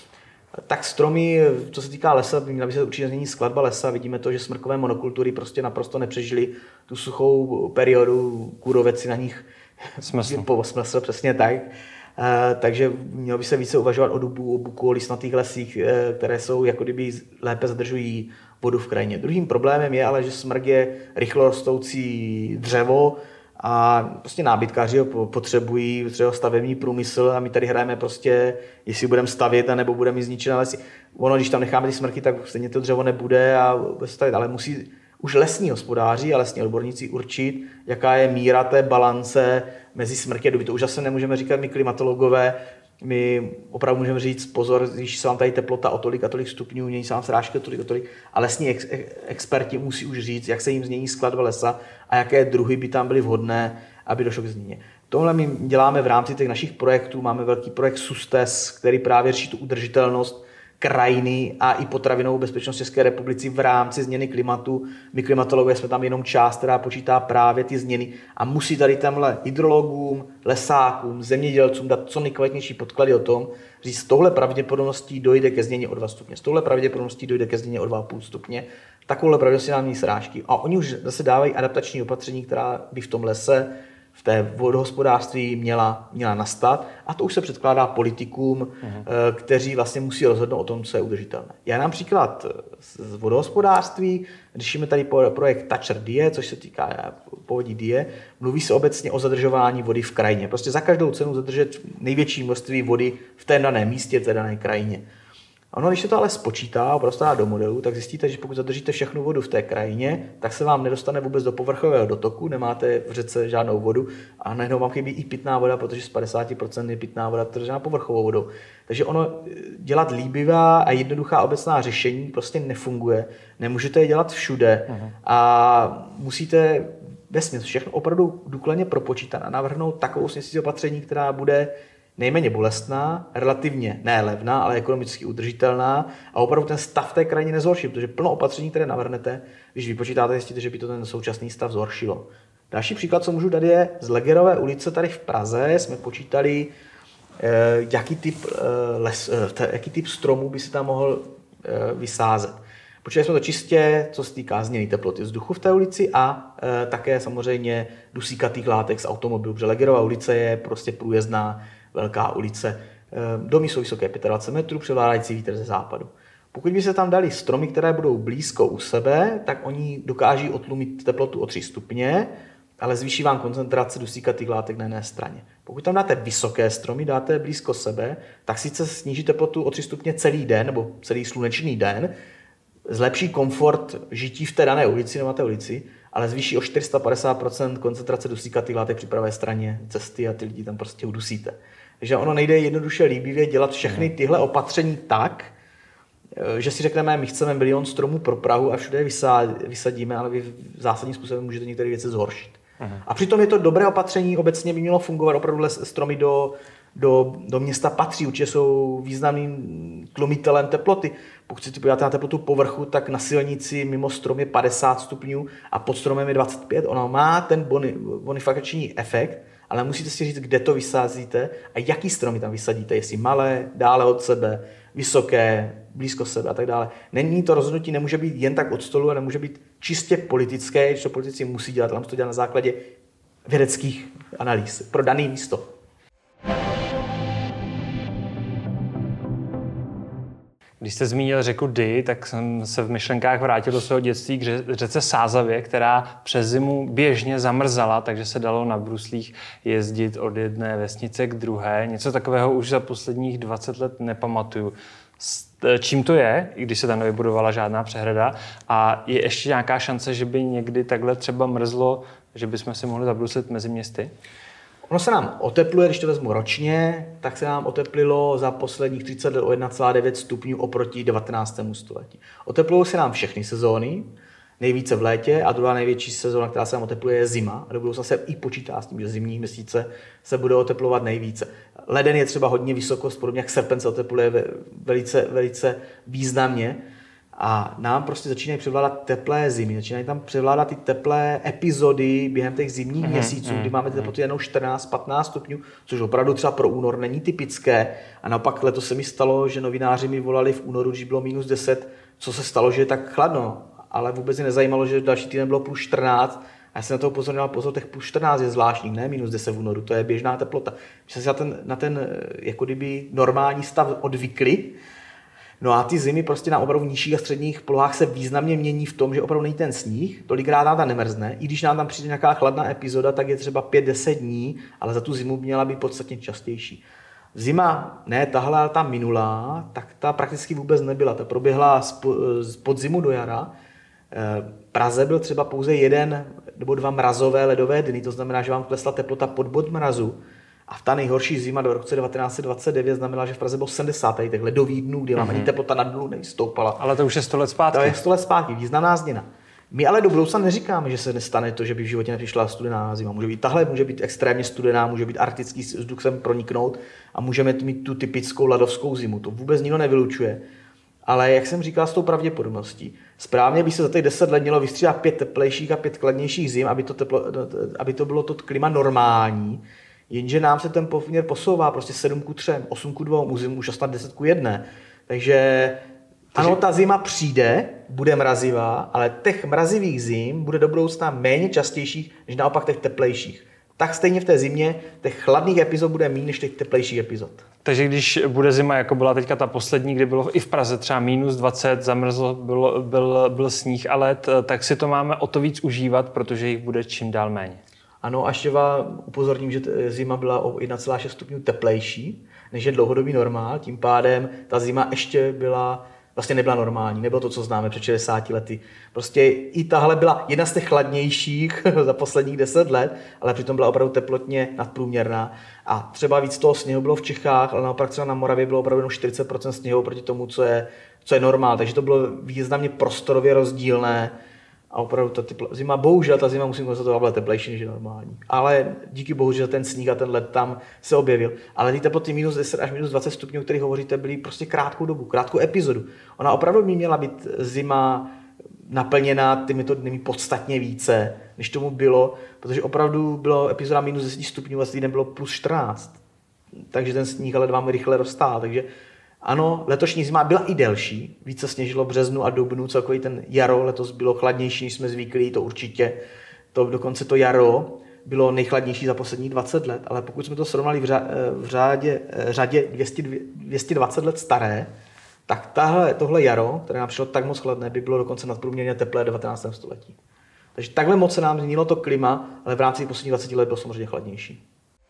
Tak stromy, co se týká lesa, měla by se určitě změnit skladba lesa. Vidíme to, že smrkové monokultury prostě naprosto nepřežily tu suchou periodu, kůrovec si na nich smysl, přesně tak. Takže mělo by se více uvažovat o dubu, o buku, o listnatých lesích, které jsou jako kdyby lépe zadržují vodu v krajině. Druhým problémem je ale, že smrk je rychlo rostoucí dřevo a prostě nábytkáři ho potřebují, třeba stavební průmysl a my tady hrajeme prostě, jestli budeme stavět anebo budeme mít zničené lesy. Ono, když tam necháme ty smrky, tak stejně to dřevo nebude a bude stavit, ale musí už lesní hospodáři a lesní odborníci určit, jaká je míra té balance mezi smrky a doby. To už zase nemůžeme říkat my klimatologové, my opravdu můžeme říct pozor, když se vám tady teplota o tolik a tolik stupňů, mění se vám srážky o tolik, a lesní experti musí už říct, jak se jim změní skladba lesa a jaké druhy by tam byly vhodné, aby došlo k změně. Tohle my děláme v rámci těch našich projektů, máme velký projekt SUSTES, který právě řeší tu udržitelnost krajiny a i potravinovou bezpečnost České republiky v rámci změny klimatu. My klimatologové jsme tam jenom část, která počítá právě ty změny a musí tady tamhle hydrologům, lesákům, zemědělcům dát co nejkvalitnější podklady o tom, říct, s touhle pravděpodobností dojde ke změně o 2 stupně, s touhle pravděpodobností dojde ke změně o 2,5 stupně, takovouhle pravděpodobností nám srážky. A oni už zase dávají adaptační opatření, která by v tom lese, v té vodohospodářství měla nastat a to už se předkládá politikům, kteří vlastně musí rozhodnout o tom, co je udržitelné. Já dám příklad z vodohospodářství, řešíme tady projekt Toucher DIE, což se týká povodí DIE, mluví se obecně o zadržování vody v krajině. Prostě za každou cenu zadržet největší množství vody v té daném místě, v té dané krajině. Ono, když se to ale spočítá a prostě do modelu, tak zjistíte, že pokud zadržíte všechnu vodu v té krajině, tak se vám nedostane vůbec do povrchového dotoku, nemáte v řece žádnou vodu a najednou vám chybí i pitná voda, protože z 50% je pitná voda držená povrchovou vodou. Takže ono dělat líbivá a jednoduchá obecná řešení prostě nefunguje. Nemůžete je dělat všude a musíte vesměs všechno opravdu důkladně propočítat a navrhnout takovou směsi opatření, která bude nejméně bolestná, relativně ne levná, ale ekonomicky udržitelná a opravdu ten stav té krajině nezhorší, protože plno opatření, které navrhnete, když vypočítáte, zjistíte, že by to ten současný stav zhoršilo. Další příklad, co můžu dát, je z Legerové ulice tady v Praze. Jsme počítali, jaký typ stromů by se tam mohl vysázet. Počítali jsme to čistě, co se týká změny teploty vzduchu v té ulici a také samozřejmě dusíkatých látek z automobilů, protože Legerova ulice je prostě průjezdná velká ulice. Domy jsou vysoké 25 metrů, převládající vítr ze západu. Pokud by se tam dali stromy, které budou blízko u sebe, tak oni dokáží otlumit teplotu o 3 stupně, ale zvýší vám koncentraci dusíkatých látek na jedné straně. Pokud tam dáte vysoké stromy, dáte blízko sebe, tak sice sníží teplotu o 3 stupně celý den nebo celý slunečný den, zlepší komfort žití v té dané ulici nebo na té ulici, ale zvýší o 450% koncentrace dusíkatých látek při pravé straně cesty a ty lidi tam prostě udusíte. Takže ono nejde jednoduše líbivě dělat všechny tyhle opatření tak, že si řekneme, my chceme 1 000 000 stromů pro Prahu a všude je vysadíme, ale vy zásadním způsobem můžete některé věci zhoršit. A přitom je to dobré opatření, obecně by mělo fungovat opravdu stromy do města patří, určitě jsou významným tlumitelem teploty. Pokud si podíváte na teplotu povrchu, tak na silnici mimo strom je 50 stupňů a pod stromem je 25. Ono má ten bonifikační efekt, ale musíte si říct, kde to vysázíte a jaký stromy tam vysadíte, jestli malé, dále od sebe, vysoké, blízko sebe a tak dále. Není to rozhodnutí, nemůže být jen tak od stolu a nemůže být čistě politické, když to politici musí dělat, ale musí to dělat na základě vědeckých analýz pro dané místo. Když jste zmínil řeku Dyji, tak jsem se v myšlenkách vrátil do svého dětství k řece Sázavě, která přes zimu běžně zamrzala, takže se dalo na bruslích jezdit od jedné vesnice k druhé. Něco takového už za posledních 20 let nepamatuju. Čím to je, i když se tam nevybudovala žádná přehrada? A je ještě nějaká šance, že by někdy takhle třeba mrzlo, že bychom si mohli zabruslit mezi městy? Ono se nám otepluje, když to vezmu ročně, tak se nám oteplilo za posledních 30 let o 1,9 stupňů oproti 19. století. Oteplují se nám všechny sezóny, nejvíce v létě a druhá největší sezóna, která se nám otepluje, je zima. A do budoucna se i počítá s tím, že zimní měsíce se budou oteplovat nejvíce. Leden je třeba hodně vysokost, podobně jak srpen se otepluje velice významně. A nám prostě začínají převládat teplé zimy, začínají tam převládat ty teplé epizody během těch zimních měsíců, kdy máme teploty jenom 14-15 stupňů, což opravdu třeba pro únor není typické. A naopak letos se mi stalo, že novináři mi volali v únoru, když bylo -10, co se stalo, že je tak chladno. Ale vůbec je nezajímalo, že další týden bylo +14. A já jsem na to upozorňoval, pozor, těch +14 je zvláštní, ne -10 v únoru, to je běžná teplota. My jsme si na ten jako kdyby normální stav odvykli. No a ty zimy prostě na opravdu nižších a středních polohách se významně mění v tom, že opravdu není ten sníh, tolikrát nám tam nemrzne. I když nám tam přijde nějaká chladná epizoda, tak je třeba 5-10 dní, ale za tu zimu měla být podstatně častější. Zima, ne tahle, ale ta minulá, tak ta prakticky vůbec nebyla. Ta proběhla z podzimu do jara. V Praze byl třeba pouze 1 nebo 2 mrazové ledové dny, to znamená, že vám klesla teplota pod bod mrazu. A ta nejhorší zima do roku 1929 znamenala, že v Praze bylo 70 těch ledových dnů, kdy vám ani teplota nad nulu nestoupala. Ale to už je 100 let zpátky. To je 100 let zpátky, významná změna. My ale do budoucna neříkáme, že se nestane to, že by v životě nepřišla studená zima. Může být tahle, může být extrémně studená, může být arktický vzduch sem proniknout a můžeme mít tu typickou ledovskou zimu. To vůbec nikdo nevylučuje. Ale jak jsem říkal, s tou pravděpodobností. Správně by se za těch 10 let mělo vystřídat 5 teplejších a 5 chladnějších zim, aby to bylo to klima normální. Jenže nám se ten poměr posouvá prostě 7:3, 8:2, u zimu už snad 10:1. Takže ano, ta zima přijde, bude mrazivá, ale těch mrazivých zim bude do budoucna méně častějších, než naopak těch teplejších. Tak stejně v té zimě těch chladných epizod bude méně než těch teplejších epizod. Takže když bude zima, jako byla teďka ta poslední, kdy bylo i v Praze třeba -20, zamrzlo, byl sníh a led, tak si to máme o to víc užívat, protože jich bude čím dál méně. Ano, a ještě vás upozorním, že zima byla o 1,6 stupňů teplejší, než je dlouhodobý normál. Tím pádem ta zima ještě vlastně nebyla normální, nebylo to, co známe před 60 lety. Prostě i tahle byla jedna z těch chladnějších za posledních 10 let, ale přitom byla opravdu teplotně nadprůměrná. A třeba víc toho sněhu bylo v Čechách, ale naopak třeba na Moravě bylo opravdu jenom 40% sněhu proti tomu, co je normál. Takže to bylo významně prostorově rozdílné. A opravdu zima, bohužel ta zima, musím konstatovat, byla teplejší než je normální. Ale díky bohu, že ten sníh a ten led tam se objevil. Ale ty teploty -10 až -20 stupňů, o kterých hovoříte, byly prostě krátkou dobu, krátkou epizodu. Ona opravdu by měla být zima naplněná těmito dny podstatně více, než tomu bylo, protože opravdu bylo epizoda -10 stupňů a týden bylo +14. Takže ten sníh ale vám rychle roztál. Takže ano, letošní zima byla i delší, více sněžilo v březnu a dubnu, celkový ten jaro letos bylo chladnější, než jsme zvyklí, to určitě. Dokonce to jaro bylo nejchladnější za posledních 20 let, ale pokud jsme to srovnali v řadě 220 let staré, tak tohle jaro, které nám přišlo tak moc chladné, by bylo dokonce nadprůměrně teplé v 19. století. Takže takhle moc se nám změnilo to klima, ale v rámci posledních 20 let bylo samozřejmě chladnější.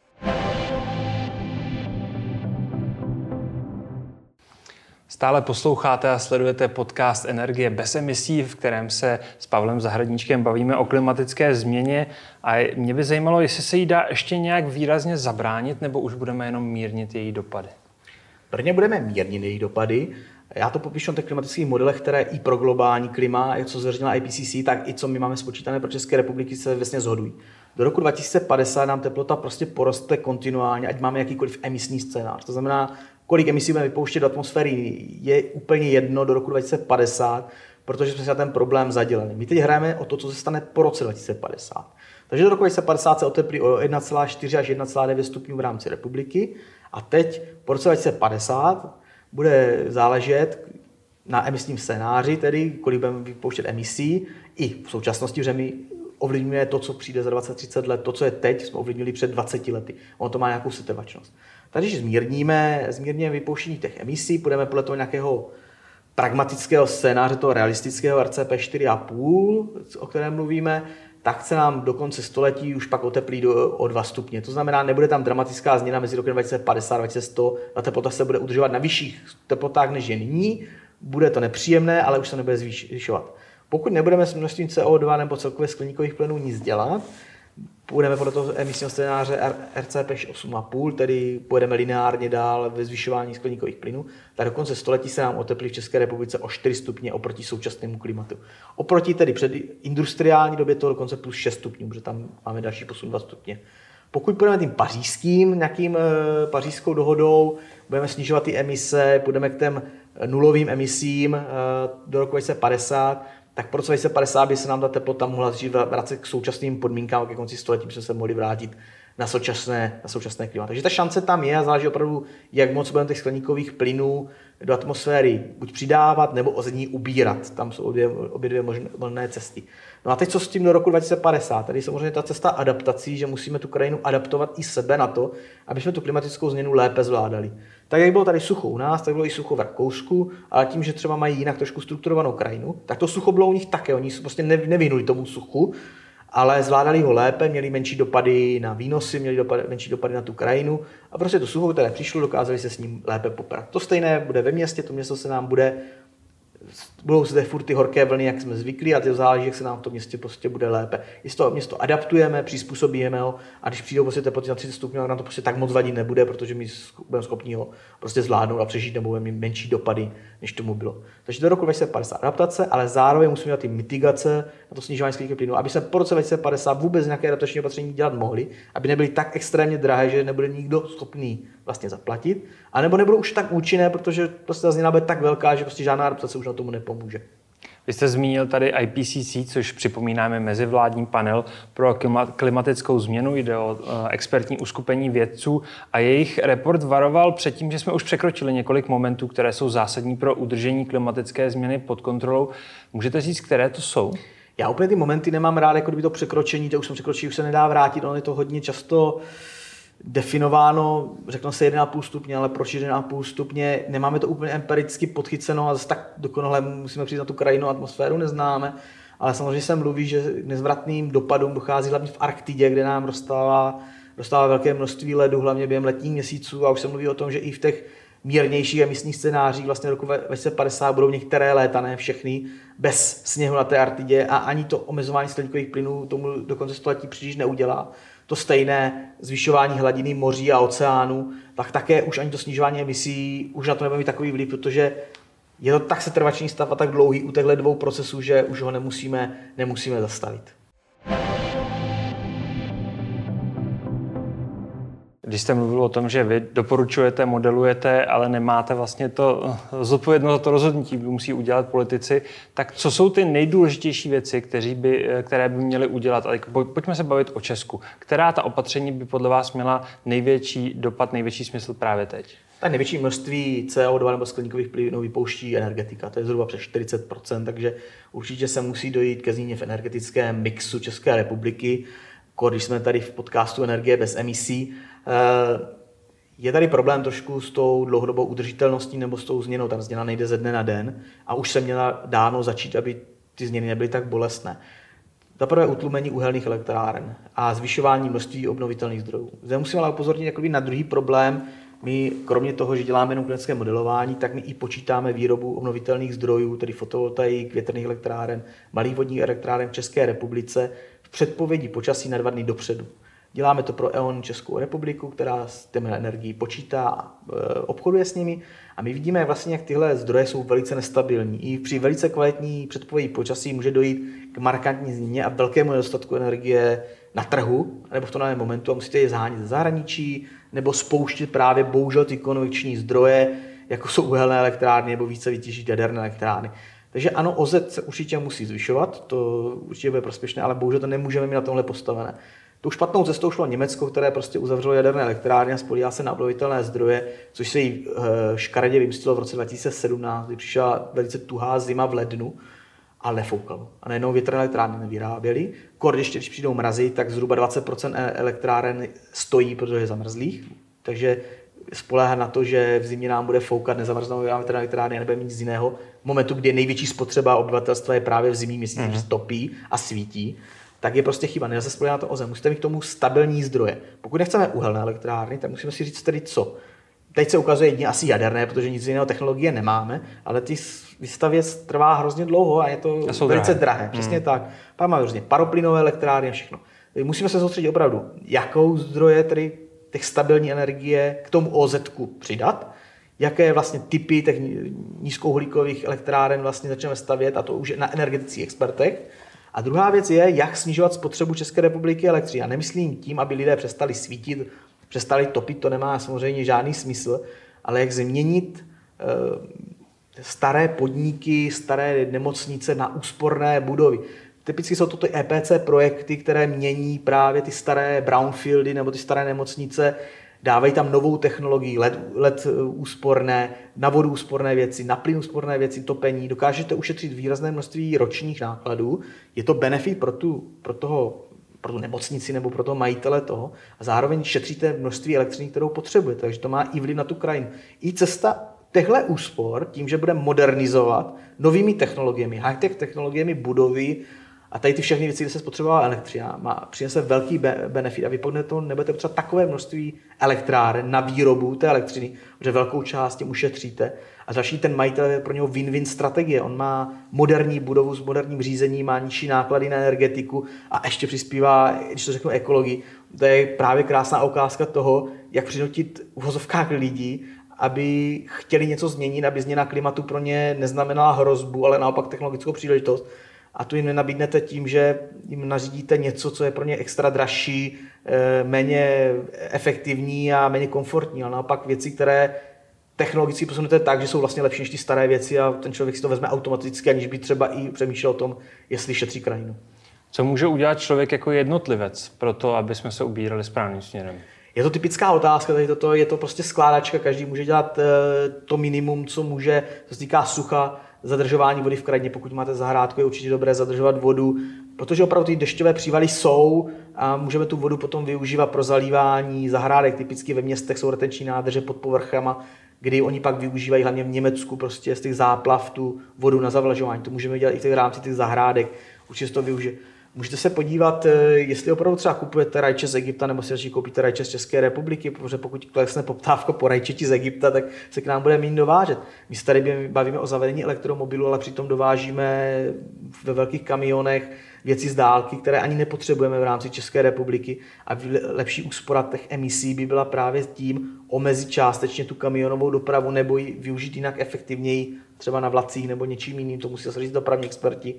Stále posloucháte a sledujete podcast Energie bez emisí, v kterém se s Pavlem Zahradníčkem bavíme o klimatické změně. A mě by zajímalo, jestli se jí dá ještě nějak výrazně zabránit, nebo už budeme jenom mírnit její dopady. Prvně budeme mírnit její dopady. Já to popíšu na těch klimatických modelech, které i pro globální klima, jak co zveřejnila IPCC, tak i co my máme spočítané pro České republiky, se vlastně shodují. Do roku 2050 nám teplota prostě poroste kontinuálně, ať máme jakýkoliv emisní scénář. To znamená, kolik emisí budeme vypouštět do atmosféry, je úplně jedno do roku 2050, protože jsme si na ten problém zadělali. My teď hrajeme o to, co se stane po roce 2050. Takže do roku 2050 se oteplí o 1,4 až 1,9 stupňů v rámci republiky a teď po roce 2050 bude záležet na emisním scénáři, tedy kolik budeme vypouštět emisí, i v současnosti, že my ovlivňuje to, co přijde za 20-30 let, to, co je teď, jsme ovlivnili před 20 lety. Ono to má nějakou setrvačnost. Takže když zmírníme vypouštění těch emisí, půjdeme podle toho nějakého pragmatického scénáře, toho realistického RCP 4,5, o kterém mluvíme, tak se nám do konce století už pak oteplí o 2 stupně. To znamená, nebude tam dramatická změna mezi rokem 2050 a 2100, ta teplota se bude udržovat na vyšších teplotách, než je nyní, bude to nepříjemné, ale už se nebude zvyšovat. Pokud nebudeme s množstvím CO2 nebo celkově skleníkových plynů nic dělat, půjdeme podle toho emisního scénáře RCP 8,5, tedy pojedeme lineárně dál ve zvyšování skleníkových plynů, tak do konce století se nám oteplí v České republice o 4 stupně oproti současnému klimatu. Oproti tedy před industriální době to dokonce plus 6 stupňů, protože tam máme další posun 2 stupně. Pokud půjdeme tím pařížskou dohodou, budeme snižovat ty emise, půjdeme k těm nulovým emisím do roku 2050, tak po roce 2050 by se nám ta teplota mohla dřív vracet k současným podmínkám, ke konci století bychom se mohli vrátit na současné klima. Takže ta šance tam je a záleží opravdu, jak moc budeme těch skleníkových plynů do atmosféry buď přidávat, nebo z ní ubírat. Tam jsou obě dvě možné cesty. No a teď co s tím do roku 2050? Tady samozřejmě ta cesta adaptací, že musíme tu krajinu adaptovat i sebe na to, aby jsme tu klimatickou změnu lépe zvládali. Tak jak bylo tady sucho u nás, tak bylo i sucho v Rakousku, ale tím, že třeba mají jinak trošku strukturovanou krajinu, tak to sucho bylo u nich také. Oni se prostě nevyhnuli tomu suchu, ale zvládali ho lépe, měli menší dopady na výnosy, měli menší dopady na tu krajinu a prostě to sucho, které přišlo, dokázali se s ním lépe poprat. To stejné bude ve městě, to město se nám budou zde furt ty horké vlny, jak jsme zvyklí, a to záleží, jak se nám v tom městě prostě bude lépe. Jestli to město adaptujeme, přizpůsobíme ho a když přijdou prostě teploty na 30 stupňů, tak nám to prostě tak moc vadit nebude, protože my budeme schopni ho prostě zvládnout a přežít nebo budeme mít menší dopady, než tomu bylo. Takže do roku 2050 adaptace, ale zároveň musíme dělat ty mitigace na to snižování skleníkových plynů, aby se po roce 2050 vůbec nějaké adaptační opatření dělat mohli, aby nebyly tak extrémně drahé, že nebude nikdo schopný vlastně zaplatit, anebo nebudou už tak účinné, protože prostě ta změna bude tak velká, že prostě žádná adaptace už na tomu nepomůže. Vy jste zmínil tady IPCC, což připomínáme mezivládní panel pro klimatickou změnu. Jde o expertní uskupení vědců a jejich report varoval před tím, že jsme už překročili několik momentů, které jsou zásadní pro udržení klimatické změny pod kontrolou. Můžete říct, které to jsou? Já úplně ty momenty nemám rád, jako kdyby to překročení, to už jsme překročili, už se nedá vrátit, ono je to hodně často definováno, řeknu se 1,5 stupně, ale proč 1,5 stupně? Nemáme to úplně empiricky podchyceno a zase tak dokonale musíme přijít na tu krajinu, atmosféru neznáme, ale samozřejmě se mluví, že k nezvratným dopadům dochází hlavně v Arktidě, kde nám dostává velké množství ledu, hlavně během letních měsíců, a už se mluví o tom, že i v těch mírnějších emisních scénářích vlastně roku 2050 budou některé léta, ne všechny, bez sněhu na té Arktidě a ani to omezování skleníkových plynů tomu do konce století příliš neudělá. To stejné zvyšování hladiny moří a oceánů, tak také už ani to snižování emisí už na to nebude mít takový vliv, protože je to tak setrvačný stav a tak dlouhý u těchto dvou procesů, že už ho nemusíme zastavit. Když jste mluvil o tom, že vy doporučujete, modelujete, ale nemáte vlastně to zodpovědnost za to rozhodnutí, musí udělat politici, tak co jsou ty nejdůležitější věci, které by měly udělat? Pojďme se bavit o Česku. Která ta opatření by podle vás měla největší dopad, největší smysl právě teď? Tak největší množství CO2 nebo skleníkových plynů vypouští energetika, to je zhruba přes 40%, takže určitě se musí dojít ke změně v energetickém mixu České republiky. Když jsme tady v podcastu Energie bez emisí, je tady problém trošku s tou dlouhodobou udržitelností nebo s tou změnou. Ta změna nejde ze dne na den a už se měla dávno začít, aby ty změny nebyly tak bolestné. Za prvé utlumení uhelných elektráren a zvyšování množství obnovitelných zdrojů. Zde musím ale upozornit na druhý problém. My kromě toho, že děláme jenom klimatické modelování, tak my i počítáme výrobu obnovitelných zdrojů, tedy fotovoltaik, větrných elektráren, malých vodních elektráren v České republice v předpovědi počasí na 2 dny dopředu. Děláme to pro E.ON Českou republiku, která s těmi energií počítá a obchoduje s nimi. A my vidíme vlastně, jak tyhle zdroje jsou velice nestabilní. I při velice kvalitní předpovědi počasí může dojít k markantní změně a velkému nedostatku energie na trhu, nebo v tom daném momentu a musíte je zhánět ze zahraničí, nebo spouštět právě bohužel ty konvenční zdroje, jako jsou uhelné elektrárny, nebo více vytěžit jaderné elektrárny. Takže ano, OZ se určitě musí zvyšovat, to určitě bude prospěšné, ale bohužel to nemůžeme mít na tomhle postavené. Tou špatnou cestou šlo Německo, které prostě uzavřelo jaderné elektrárny a spolíhá se na obnovitelné zdroje, což se jí škaredě vymstilo v roce 2017, kdy přišla velice tuhá zima v lednu, ale nefoukalo. A najednou větrné elektrárny nevyráběly. Ještě když přijdou mrazy, tak zhruba 20% elektráren stojí, protože je zamrzlých. Takže spoléhat na to, že v zimě nám bude foukat, nezamrznou větrné elektrárny a nebude nic z jiného. V momentu, kdy největší spotřeba obyvatelstva je právě v zimní měsíci, že stopí a svítí, tak je prostě chyba. Nelze spoléhat na to OZE. Musíte mít k tomu stabilní zdroje. Pokud nechceme uhelné elektrárny, tak musíme si říct tedy co. Teď se ukazuje jedině asi jaderné, protože nic jiného technologie nemáme, ale ty výstavě trvá hrozně dlouho a je to velice drahé. Přesně tak. Pak máme různě paroplynové elektrárny a všechno. Musíme se soustředit opravdu, jakou zdroje tedy těch stabilní energie k tomu OZ-ku přidat, jaké vlastně typy těch nízkouhlíkových elektráren vlastně začneme stavět, a to už je na energetických expertech. A druhá věc je, jak snižovat spotřebu České republiky elektřiny. Já nemyslím tím, aby lidé přestali svítit, přestali topit, to nemá samozřejmě žádný smysl, ale jak změnit staré podniky, staré nemocnice na úsporné budovy. Typicky jsou to ty EPC projekty, které mění právě ty staré brownfieldy nebo ty staré nemocnice, dávají tam novou technologii, LED úsporné, na vodu úsporné věci, na plyn úsporné věci, topení. Dokážete ušetřit výrazné množství ročních nákladů. Je to benefit pro tu nemocnici nebo pro toho majitele toho a zároveň šetříte množství elektřiny, kterou potřebujete. Takže to má i vliv na tu krajinu. I cesta těchto úspor, tím, že budeme modernizovat novými technologiemi, high-tech technologiemi budovy a tady ty všechny věci, kde se spotřebovala elektřina, přinese velký benefit a vy pak nebudete potřebovat takové množství elektráren na výrobu té elektřiny, protože velkou část tím ušetříte. A další ten majitel je pro něho win-win strategie. On má moderní budovu s moderním řízením, má nižší náklady na energetiku a ještě přispívá, když to řeknu, ekologii. To je právě krásná ukázka toho, jak přinutit v uvozovkách lidí, aby chtěli něco změnit, aby změna klimatu pro ně neznamenala hrozbu, ale naopak technologickou příležitost. A tu jim nenabídnete tím, že jim nařídíte něco, co je pro ně extra dražší, méně efektivní a méně komfortní, ale naopak věci, které technologicky posunete tak, že jsou vlastně lepší než ty staré věci a ten člověk si to vezme automaticky, aniž by třeba i přemýšlel o tom, jestli šetří krajinu. Co může udělat člověk jako jednotlivec pro to, aby jsme se ubírali správným směrem? Je to typická otázka, je to prostě skládačka, každý může dělat to minimum, co může, co se týká sucha, zadržování vody v krajině. Pokud máte zahrádku, je určitě dobré zadržovat vodu, protože opravdu ty dešťové přívaly jsou a můžeme tu vodu potom využívat pro zalívání zahrádek. Typicky ve městech jsou retenční nádrže pod povrchama, kdy oni pak využívají hlavně v Německu prostě z těch záplav tu vodu na zavlažování. To můžeme dělat i v rámci těch zahrádek. Určitě to využije. Můžete se podívat, jestli opravdu třeba kupujete rajče z Egypta nebo si radši koupíte rajče z České republiky, protože pokud klesne poptávka po rajčeti z Egypta, tak se k nám bude méně dovážet. My se tady bavíme o zavedení elektromobilu, ale přitom dovážíme ve velkých kamionech věci z dálky, které ani nepotřebujeme v rámci České republiky a lepší úspora těch emisí by byla právě tím omezit částečně tu kamionovou dopravu nebo ji využít jinak efektivněji, třeba na vlacích nebo něčím jiným, to musí říct dopravní experti.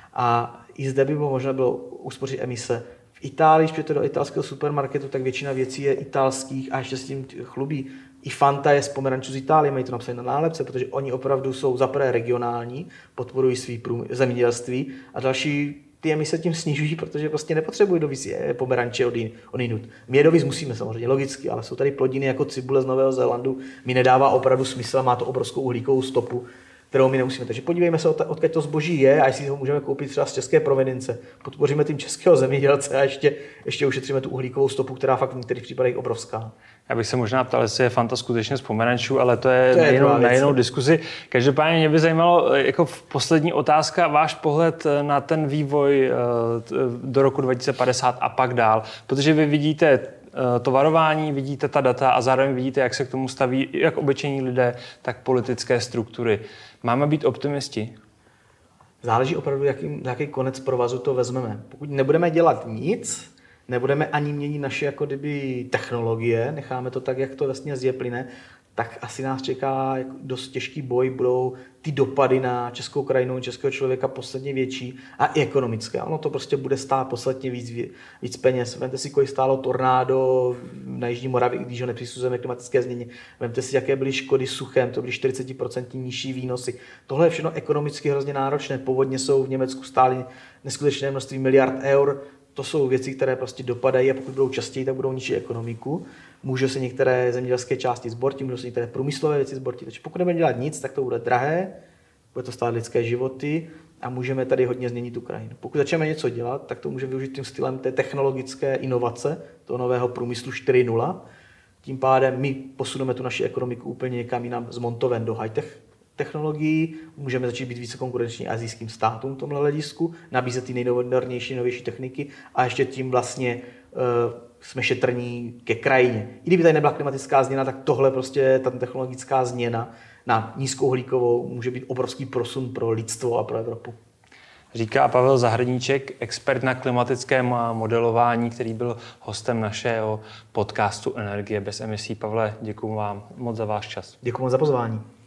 A i zde by možná bylo uspořit emise. V Itálii, když přijete do italského supermarketu, tak většina věcí je italských a ještě s tím chlubí. I Fanta je z pomerančů z Itálie, mají to napsané na nálepce, protože oni opravdu jsou zaprvé regionální, podporují svý zemědělství a další ty emise tím snižují, protože prostě nepotřebují dovíz pomeranče od jinut. My je dovíz musíme samozřejmě, logicky, ale jsou tady plodiny jako cibule z Nového Zélandu, mi nedává opravdu smysl a má to obrovskou uhlíkovou stopu, kterou my nemusíme. Takže podívejme se, odkud to zboží je a jestli ho můžeme koupit třeba z české provincie. Podpoříme tím českého zemědělce a ještě ušetříme tu uhlíkovou stopu, která fakt v některých případech je obrovská. Já bych se možná ptal, jestli je Fanta skutečně z pomerančů, ale to je na jinou diskuzi. Každopádně mě by zajímalo, jako poslední otázka, váš pohled na ten vývoj do roku 2050 a pak dál, protože vy vidíte to varování, vidíte ta data a zároveň vidíte, jak se k tomu staví jak obyčejní lidé, tak politické struktury. Máme být optimisti? Záleží opravdu, jaký konec provazu to vezmeme. Pokud nebudeme dělat nic, nebudeme ani měnit naše jako kdyby technologie, necháme to tak, jak to vlastně plyne, tak asi nás čeká dost těžký boj, budou ty dopady na českou krajinu, českého člověka podstatně větší a i ekonomické. Ono to prostě bude stát podstatně víc peněz. Vemte si, kolik stálo tornádo na Jižní Moravě, když ho nepřisuzujeme klimatické změně. Vemte si, jaké byly škody suchem, to byly 40% nižší výnosy. Tohle je všechno ekonomicky hrozně náročné. Povodně jsou v Německu stály neskutečné množství miliard eur. To jsou věci, které prostě dopadají a pokud budou častěji, tak budou ničit ekonomiku. Může se některé zemědělské části zbortit, můžou se některé průmyslové věci zbortit. Takže pokud nebudeme dělat nic, tak to bude drahé, bude to stát lidské životy a můžeme tady hodně změnit tu krajinu. Pokud začneme něco dělat, tak to můžeme využít tím stylem té technologické inovace, toho nového průmyslu 4.0. Tím pádem my posuneme tu naši ekonomiku úplně někam jinam z montoven do high-tech technologií, můžeme začít být více konkurenční asijským státům v tomhle hledisku, nabízet ty nejmodernější, novější techniky a ještě tím vlastně jsme šetrní ke krajině. I kdyby tady nebyla klimatická změna, tak tohle prostě, ta technologická změna na nízkouhlíkovou může být obrovský prosun pro lidstvo a pro Evropu. Říká Pavel Zahradníček, expert na klimatickém modelování, který byl hostem našeho podcastu Energie bez emisí. Pavle, děkuji vám moc za váš čas. Děkuji moc za pozvání.